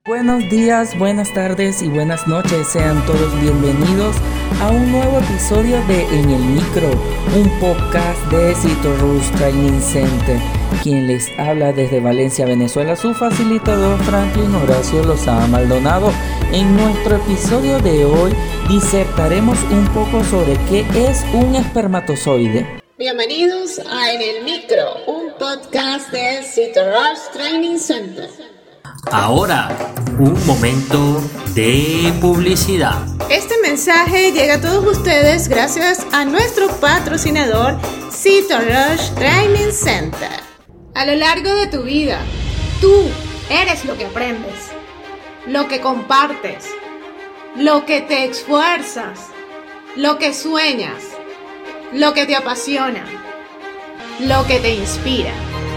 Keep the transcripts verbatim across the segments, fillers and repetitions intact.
Buenos días, buenas tardes y buenas noches. Sean todos bienvenidos a un nuevo episodio de En el Micro, un podcast de Citorus Training Center. Quien les habla desde Valencia, Venezuela, su facilitador Franklin Horacio Lozada Maldonado. En nuestro episodio de hoy disertaremos un poco sobre qué es un espermatozoide. Bienvenidos a En el Micro, un podcast de Citorus Training Center. Ahora, un momento de publicidad. Este mensaje llega a todos ustedes gracias a nuestro patrocinador Citorus Training Center. A lo largo de tu vida, tú eres lo que aprendes, lo que compartes, lo que te esfuerzas, lo que sueñas, lo que te apasiona, lo que te inspira.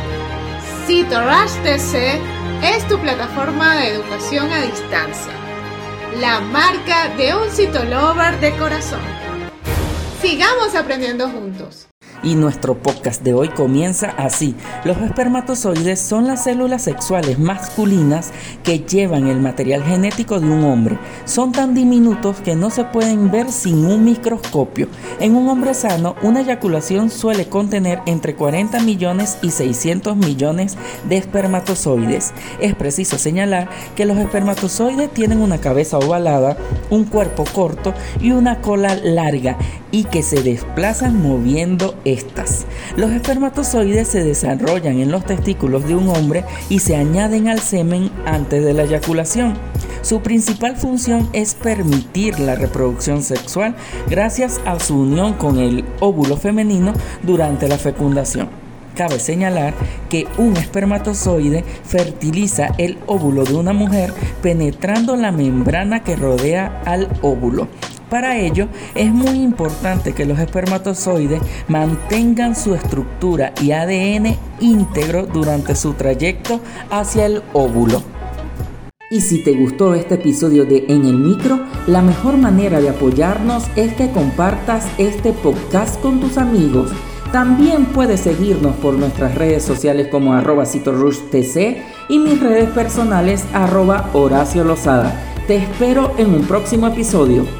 Citorus T C es tu plataforma de educación a distancia, la marca de un citolover de corazón. Sigamos aprendiendo juntos. Y nuestro podcast de hoy comienza así. Los espermatozoides son las células sexuales masculinas que llevan el material genético de un hombre. Son tan diminutos que no se pueden ver sin un microscopio. En un hombre sano, una eyaculación suele contener entre cuarenta millones y seiscientos millones de espermatozoides. Es preciso señalar que los espermatozoides tienen una cabeza ovalada, un cuerpo corto y una cola larga, y que se desplazan moviendo estas. Los espermatozoides se desarrollan en los testículos de un hombre y se añaden al semen antes de la eyaculación. Su principal función es permitir la reproducción sexual gracias a su unión con el óvulo femenino durante la fecundación. Cabe señalar que un espermatozoide fertiliza el óvulo de una mujer penetrando la membrana que rodea al óvulo. Para ello, es muy importante que los espermatozoides mantengan su estructura y A D N íntegro durante su trayecto hacia el óvulo. Y si te gustó este episodio de En el Micro, la mejor manera de apoyarnos es que compartas este podcast con tus amigos. También puedes seguirnos por nuestras redes sociales como arroba citorustc y mis redes personales arroba Horacio Lozada. Te espero en un próximo episodio.